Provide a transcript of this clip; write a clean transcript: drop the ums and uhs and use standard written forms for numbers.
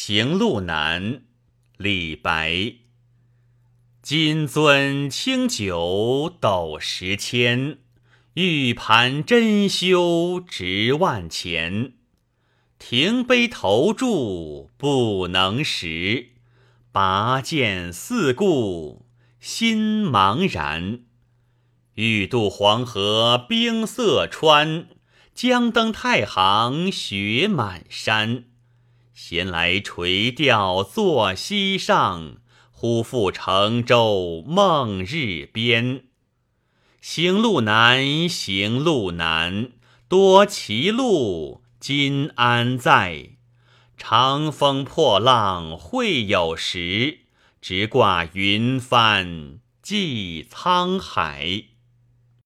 行路难，李白。金樽清酒斗十千，玉盘珍羞值万钱。停杯投箸不能食，拔剑四顾心茫然。欲渡黄河冰塞川，将登太行雪满山。闲来垂钓坐溪上，忽复乘舟梦日边。行路难，行路难，多歧路，今安在？长风破浪会有时，直挂云帆济沧海。